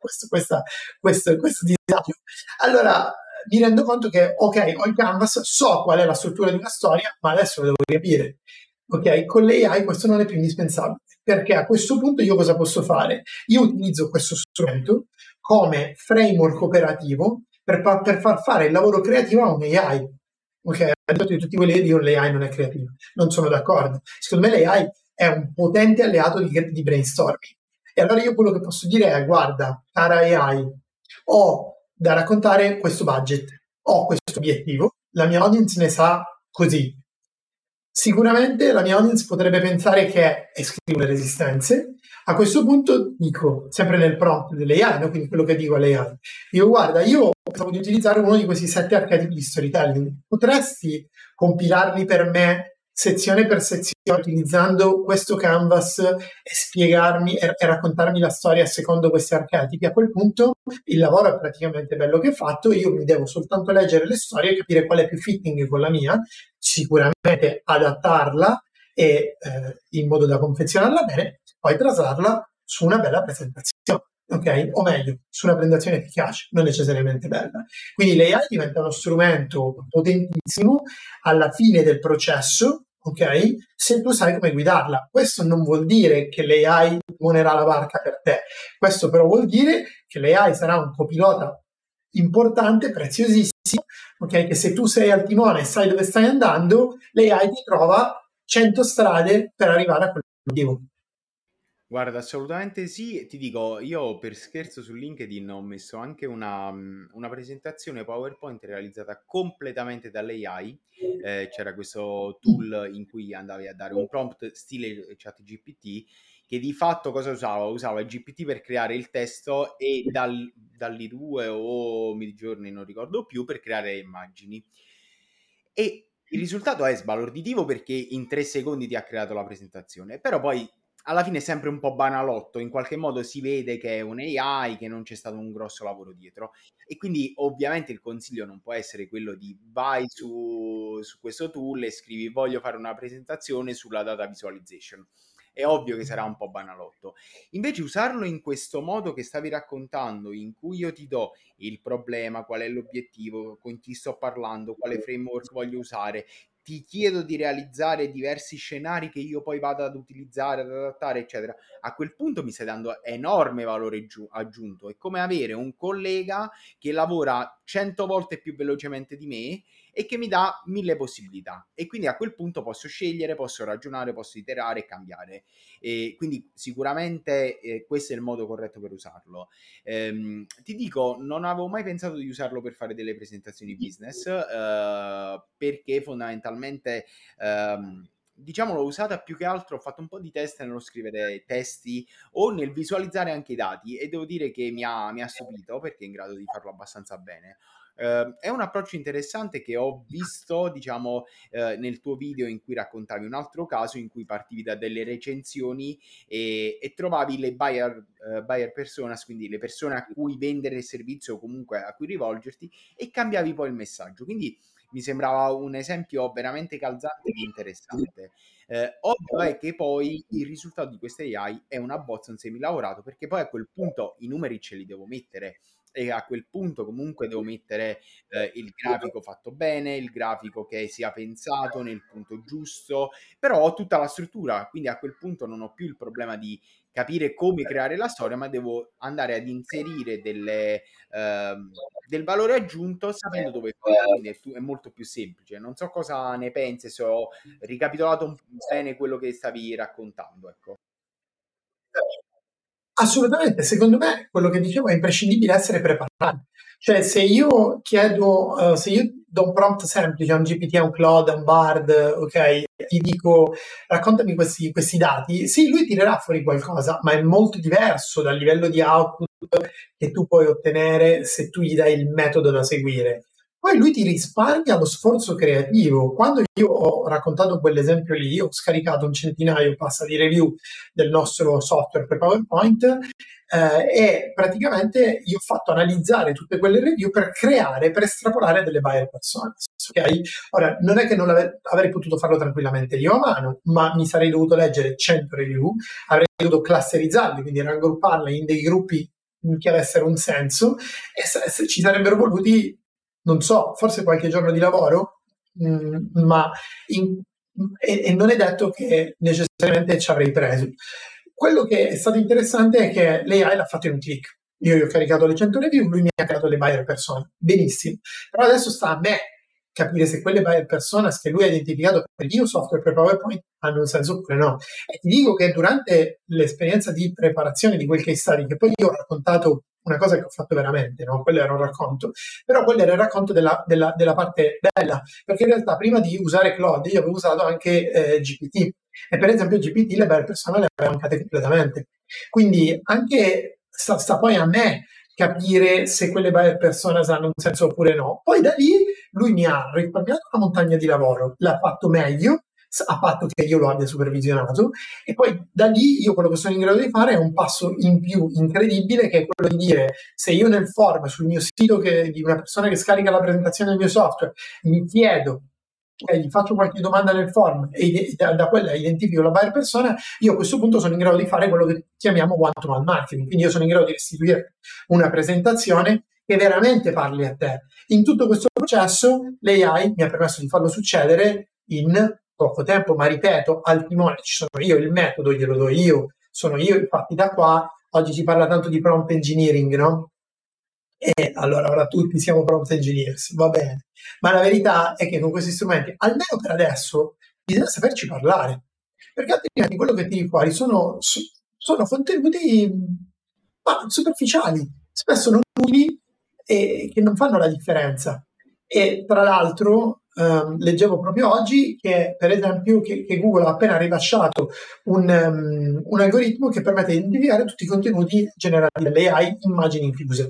questo disagio. Allora mi rendo conto che, ok, ho il canvas, so qual è la struttura di una storia, ma adesso lo devo capire. Ok, con l'AI questo non è più indispensabile, perché a questo punto io cosa posso fare? Io utilizzo questo strumento come framework operativo per far fare il lavoro creativo a un AI. Ok, al netto di tutti quelli che dicono l'AI non è creativo, non sono d'accordo. Secondo me l'AI è un potente alleato di brainstorming. E allora io quello che posso dire è, guarda, cara AI, ho da raccontare questo budget, ho questo obiettivo, la mia audience ne sa così. Sicuramente la mia audience potrebbe pensare che è scrivo le resistenze. A questo punto dico, sempre nel prompt dell'AI, no? Quindi quello che dico all'AI, io guarda, io pensavo di utilizzare uno di questi 7 archetipi di storytelling. Potresti compilarli per me sezione per sezione utilizzando questo canvas e spiegarmi e raccontarmi la storia secondo questi archetipi? A quel punto il lavoro è praticamente bello che è fatto, io mi devo soltanto leggere le storie e capire qual è più fitting con la mia, sicuramente adattarla e in modo da confezionarla bene, poi traslarla su una bella presentazione, ok? O meglio, su una presentazione efficace, non necessariamente bella. Quindi l'AI diventa uno strumento potentissimo alla fine del processo, ok? Se tu sai come guidarla. Questo non vuol dire che l'AI monerà la barca per te, questo però vuol dire che l'AI sarà un copilota importante, preziosissimo, ok? Che se tu sei al timone e sai dove stai andando, l'AI ti trova 100 strade per arrivare a quell'obiettivo. Guarda, assolutamente sì. Ti dico, io per scherzo su LinkedIn ho messo anche una presentazione PowerPoint realizzata completamente dall'AI. C'era questo tool in cui andavi a dare un prompt stile ChatGPT, che di fatto cosa usava? Usava il GPT per creare il testo e dalli 2 o Midjourney, non ricordo più, per creare immagini. E il risultato è sbalorditivo perché in 3 secondi ti ha creato la presentazione, però poi alla fine è sempre un po' banalotto, in qualche modo si vede che è un AI, che non c'è stato un grosso lavoro dietro, e quindi ovviamente il consiglio non può essere quello di vai su questo tool e scrivi voglio fare una presentazione sulla data visualization. È ovvio che sarà un po' banalotto. Invece usarlo in questo modo che stavi raccontando, in cui io ti do il problema, qual è l'obiettivo, con chi sto parlando, quale framework voglio usare, ti chiedo di realizzare diversi scenari che io poi vado ad utilizzare, ad adattare, eccetera. A quel punto mi stai dando enorme valore aggiunto. È come avere un collega che lavora 100 volte più velocemente di me e che mi dà 1000 possibilità, e quindi a quel punto posso scegliere, posso ragionare, posso iterare e cambiare. E quindi sicuramente questo è il modo corretto per usarlo. Ti dico, non avevo mai pensato di usarlo per fare delle presentazioni business, perché fondamentalmente, diciamo, l'ho usata più che altro, ho fatto un po' di test nello scrivere testi o nel visualizzare anche i dati, e devo dire che mi ha stupito perché è in grado di farlo abbastanza bene. È un approccio interessante che ho visto, diciamo, nel tuo video in cui raccontavi un altro caso in cui partivi da delle recensioni e trovavi le buyer personas, quindi le persone a cui vendere il servizio o comunque a cui rivolgerti, e cambiavi poi il messaggio. Quindi mi sembrava un esempio veramente calzante ed interessante. Ovvio è che poi il risultato di queste AI è una bozza, un semilavorato, perché poi a quel punto i numeri ce li devo mettere, e a quel punto comunque devo mettere il grafico fatto bene, il grafico che sia pensato nel punto giusto, però ho tutta la struttura, quindi a quel punto non ho più il problema di capire come creare la storia, ma devo andare ad inserire del valore aggiunto sapendo dove farlo, quindi è molto più semplice. Non so cosa ne pensi, se ho ricapitolato bene quello che stavi raccontando, ecco. Assolutamente, secondo me quello che dicevo è imprescindibile essere preparati. Cioè, se io chiedo, se io do un prompt semplice a un GPT, a un Claude, a un Bard, ok, gli dico raccontami questi dati, sì, lui tirerà fuori qualcosa, ma è molto diverso dal livello di output che tu puoi ottenere se tu gli dai il metodo da seguire. Poi lui ti risparmia lo sforzo creativo. Quando io ho raccontato quell'esempio lì, io ho scaricato un centinaio passa di review del nostro software per PowerPoint, e praticamente io ho fatto analizzare tutte quelle review per estrapolare delle buyer personas. Okay? Ora, non è che non avrei potuto farlo tranquillamente io a mano, ma mi sarei dovuto leggere 100 review, avrei dovuto clusterizzarli, quindi raggrupparle in dei gruppi che avessero un senso, e se ci sarebbero voluti, non so, forse qualche giorno di lavoro, ma in, e non è detto che necessariamente ci avrei preso. Quello che è stato interessante è che l'AI l'ha fatto in un click. Io gli ho caricato le 100 review, lui mi ha creato le buyer persone. Benissimo. Però adesso sta a me capire se quelle buyer personas che lui ha identificato per il mio software per PowerPoint hanno un senso oppure no. E ti dico che durante l'esperienza di preparazione di quel case study, che poi io ho raccontato una cosa che ho fatto veramente, no? Quello era un racconto, però quello era il racconto della parte bella, perché in realtà prima di usare Claude io avevo usato anche GPT, e per esempio GPT le buyer persone le aveva mancate completamente. Quindi anche sta poi a me capire se quelle buyer personas hanno un senso oppure no. Poi da lì lui mi ha risparmiato una montagna di lavoro, l'ha fatto meglio, a patto che io lo abbia supervisionato, e poi da lì io quello che sono in grado di fare è un passo in più incredibile, che è quello di dire: se io nel form sul mio sito di una persona che scarica la presentazione del mio software mi chiedo, gli faccio qualche domanda nel form e da quella identifico la buyer persona, io a questo punto sono in grado di fare quello che chiamiamo one-to-one marketing, quindi io sono in grado di restituire una presentazione che veramente parli a te. In tutto questo processo l'AI mi ha permesso di farlo succedere in poco tempo, ma ripeto, al timone ci sono io, il metodo glielo do io, sono io, infatti da qua oggi si parla tanto di prompt engineering, no? E allora ora tutti siamo prompt engineers, va bene, ma la verità è che con questi strumenti, almeno per adesso, bisogna saperci parlare, perché altrimenti quello che tiri fuori sono contenuti superficiali, spesso non utili e che non fanno la differenza. E tra l'altro leggevo proprio oggi che, per esempio, che Google ha appena rilasciato un algoritmo che permette di identificare tutti i contenuti generati dalle AI, immagini infuse.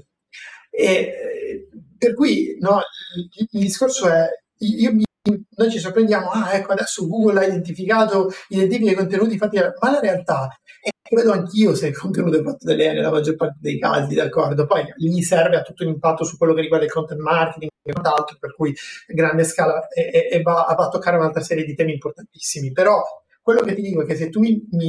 Per cui no, il discorso è, noi ci sorprendiamo, ecco adesso Google ha identifica i contenuti fatti, ma la realtà è che vedo anch'io se il contenuto è fatto da lei nella maggior parte dei casi, d'accordo? Poi gli serve a tutto un impatto su quello che riguarda il content marketing e quant'altro, per cui grande scala e va a toccare un'altra serie di temi importantissimi, però quello che ti dico è che se tu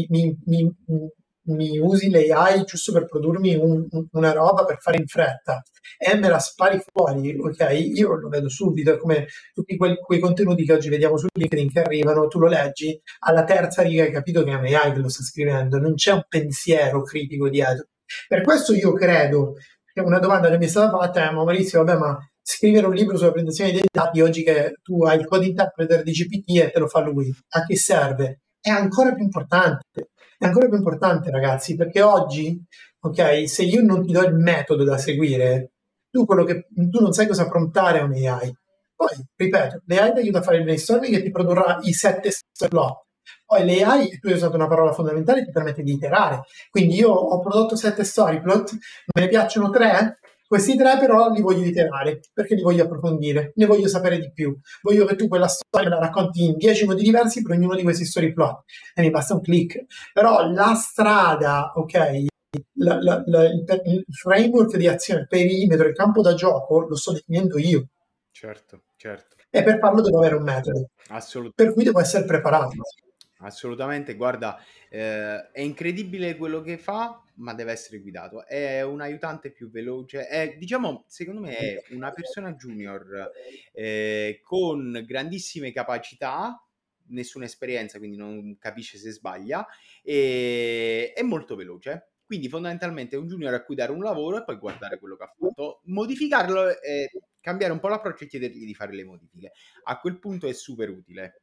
mi usi l'AI giusto per produrmi una roba per fare in fretta e me la spari fuori, ok? Io lo vedo subito, è come tutti quei contenuti che oggi vediamo su LinkedIn che arrivano, tu lo leggi, alla terza riga hai capito che è un AI che lo sta scrivendo, non c'è un pensiero critico dietro. Per questo io credo che una domanda che mi è stata fatta è: ma Maurizio, vabbè, ma scrivere un libro sulla presentazione dei dati, oggi che tu hai il code interpreter di GPT e te lo fa lui, a che serve? È ancora più importante. È ancora più importante, ragazzi, perché oggi, ok, se io non ti do il metodo da seguire, tu non sai cosa promptare a un AI. Poi, ripeto, l'AI ti aiuta a fare il brainstorming e ti produrrà i 7 slot. Poi l'AI, e tu hai usato una parola fondamentale, ti permette di iterare. Quindi io ho prodotto 7 storyplot, me ne piacciono 3, questi 3 però li voglio iterare, perché li voglio approfondire, ne voglio sapere di più. Voglio che tu quella storia la racconti in 10 modi diversi per ognuno di questi storyplot. E mi basta un click. Però la strada, ok, il framework di azione, il perimetro, il campo da gioco, lo sto definendo io. Certo, certo. E per farlo devo avere un metodo, per cui devo essere preparato. Assolutamente, guarda, è incredibile quello che fa, ma deve essere guidato. È un aiutante più veloce, diciamo, secondo me è una persona junior con grandissime capacità, nessuna esperienza, quindi non capisce se sbaglia, e è molto veloce. Quindi fondamentalmente è un junior a cui dare un lavoro e poi guardare quello che ha fatto, modificarlo, cambiare un po' l'approccio e chiedergli di fare le modifiche. A quel punto è super utile.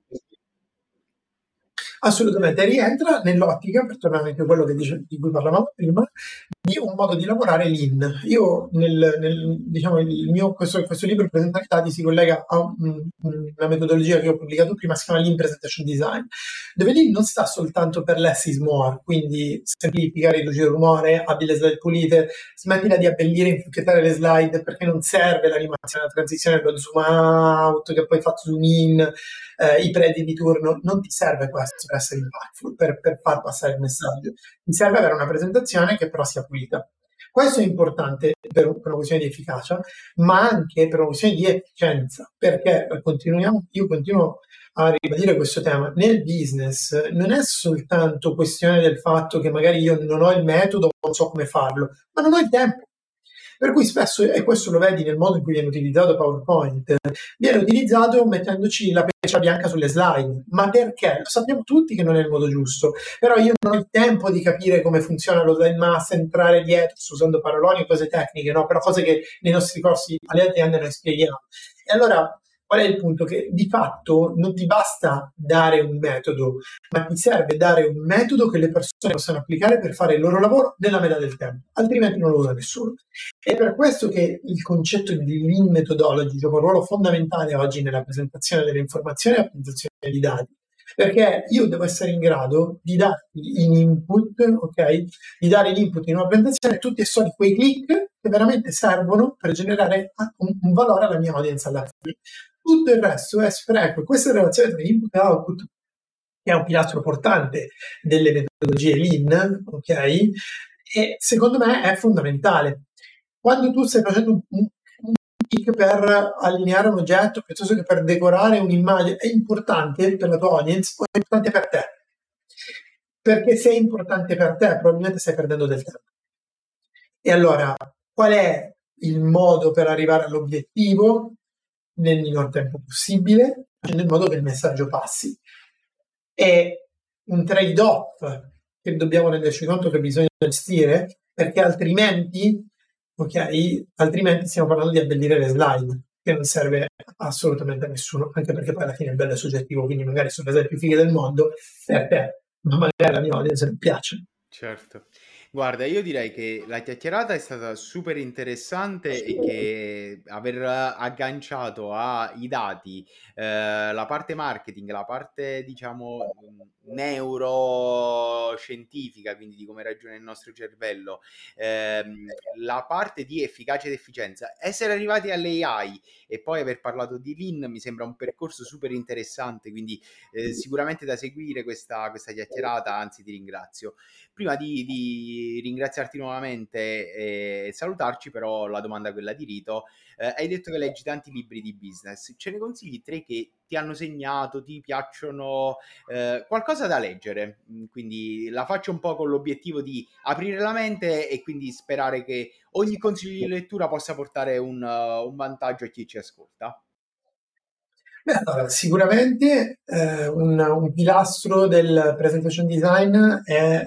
Assolutamente, rientra nell'ottica, per tornare anche a quello di cui parlavamo prima, di un modo di lavorare lean. Io, diciamo, questo libro Presentare i dati si collega a una metodologia che ho pubblicato prima, si chiama Lean Presentation Design, dove Lean non sta soltanto per less is more, quindi semplifica, riduci il rumore, abbi le slide pulite, smettila di abbellire e infucchettare le slide perché non serve l'animazione, la transizione, lo zoom out che poi fa zoom in, i predi di turno, non ti serve questo per essere impactful, per far passare il messaggio. Ti serve avere una presentazione che però sia pulita. Questo è importante per una questione di efficacia, ma anche per una questione di efficienza, perché io continuo a ribadire questo tema. Nel business non è soltanto questione del fatto che magari io non ho il metodo, non so come farlo, ma non ho il tempo. Per cui spesso, e questo lo vedi nel modo in cui viene utilizzato PowerPoint, viene utilizzato mettendoci la peccia bianca sulle slide. Ma perché? Lo sappiamo tutti che non è il modo giusto, però io non ho il tempo di capire come funziona lo slide master, entrare dietro, sto usando paroloni e cose tecniche, no? Però cose che nei nostri corsi alle aziende noi spieghiamo. E allora qual è il punto? Che di fatto non ti basta dare un metodo, ma ti serve dare un metodo che le persone possano applicare per fare il loro lavoro nella metà del tempo, altrimenti non lo usa nessuno. È per questo che il concetto di Lean Methodology gioca un ruolo fondamentale oggi nella presentazione delle informazioni e la presentazione di dati, perché io devo essere in grado di darti in input, ok? Di dare l'input in una presentazione tutti e solo quei click che veramente servono per generare un valore alla mia audience alla fine. Tutto il resto è spreco. Questa relazione tra input e output è un pilastro portante delle metodologie Lean, ok? E secondo me è fondamentale. Quando tu stai facendo un click per allineare un oggetto piuttosto che per decorare un'immagine, è importante per la tua audience o è importante per te? Perché se è importante per te, probabilmente stai perdendo del tempo. E allora, qual è il modo per arrivare all'obiettivo nel minor tempo possibile, facendo in modo che il messaggio passi? È un trade-off che dobbiamo renderci conto che bisogna gestire, perché altrimenti stiamo parlando di abbellire le slide, che non serve assolutamente a nessuno, anche perché poi alla fine è bello e soggettivo, quindi magari sono le slide più fighe del mondo per te, ma magari alla mia audience non piace. Certo. Guarda, io direi che la chiacchierata è stata super interessante e che aver agganciato ai dati, la parte marketing, la parte diciamo neuroscientifica, quindi di come ragiona il nostro cervello, la parte di efficacia ed efficienza, essere arrivati alle AI e poi aver parlato di Lean mi sembra un percorso super interessante, quindi sicuramente da seguire questa chiacchierata, anzi ti ringrazio. Prima di ringraziarti nuovamente e salutarci, però la domanda è quella di rito. Hai detto che leggi tanti libri di business, ce ne consigli tre che ti hanno segnato, ti piacciono, qualcosa da leggere? Quindi la faccio un po' con l'obiettivo di aprire la mente e quindi sperare che ogni consiglio di lettura possa portare un vantaggio a chi ci ascolta. Beh, allora, sicuramente un pilastro del presentation design è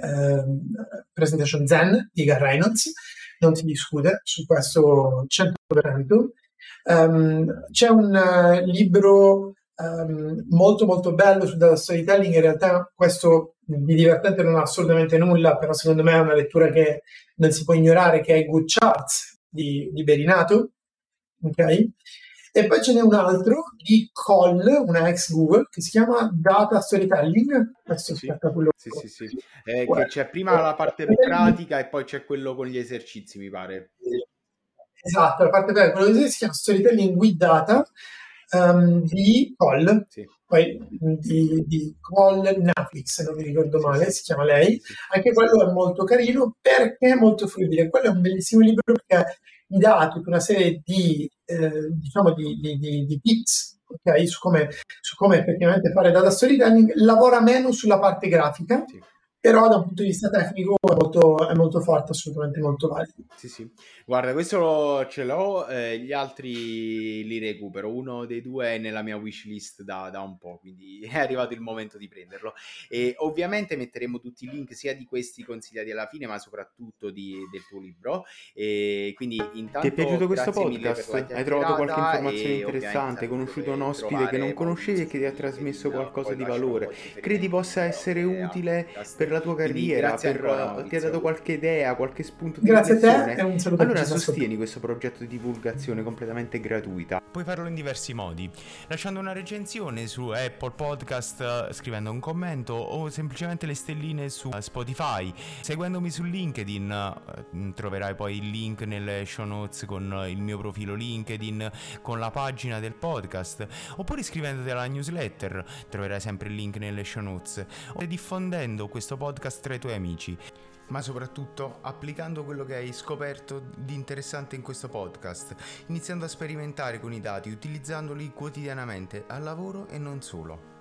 Presentation Zen di Gar Reynolds, non si discute su questo 100%. C'è un libro molto molto bello sul data storytelling, in realtà questo di divertente non ha assolutamente nulla, però secondo me è una lettura che non si può ignorare, che è Good Charts di Berinato, ok? E poi ce n'è un altro di Cole, una ex Google, che si chiama Data Storytelling. Adesso Sì, aspetta, quello. sì. Che c'è prima la parte pratica e poi c'è quello con gli esercizi, mi pare. Esatto, la parte bella, quello che si chiama Storytelling with Data di Cole, Sì, poi di Cole Netflix, se non mi ricordo male, si chiama lei. sì. Anche quello è molto carino perché è molto fruibile. Quello è un bellissimo libro perché mi dà tutta una serie di, diciamo, di tips, ok, su come effettivamente fare data storytelling. Lavora meno sulla parte grafica, Sì. però da un punto di vista tecnico è molto forte, assolutamente molto valido. Sì. Guarda, questo ce l'ho, gli altri li recupero. Uno dei due è nella mia wishlist da un po', quindi è arrivato il momento di prenderlo. E ovviamente metteremo tutti i link sia di questi consigliati alla fine, ma soprattutto del tuo libro. E quindi Ti è intanto piaciuto questo grazie mille per la podcast? Hai trovato qualche chiacchierata informazione e ovviamente interessante? Hai sapremo conosciuto un dove ospite che non trovare conoscevi e Maurizio che su ti ha LinkedIn, trasmesso qualcosa poi di lascerò valore? poi i Credi riferimenti possa nelle essere note al utile per podcast. la tua Quindi carriera? grazie ancora Ti ha dato Maurizio. qualche idea, qualche spunto di Grazie a te e riflessione? un saluto a chi Allora ci sta ascoltando. sostieni questo progetto di divulgazione completamente gratuita. Puoi farlo in diversi modi, lasciando una recensione su Apple Podcast, scrivendo un commento o semplicemente le stelline su Spotify. Seguendomi su LinkedIn, troverai poi il link nelle show notes con il mio profilo LinkedIn, con la pagina del podcast, oppure iscrivendoti alla newsletter, troverai sempre il link nelle show notes, o diffondendo questo podcast tra i tuoi amici. Ma soprattutto applicando quello che hai scoperto di interessante in questo podcast, iniziando a sperimentare con i dati, utilizzandoli quotidianamente al lavoro e non solo.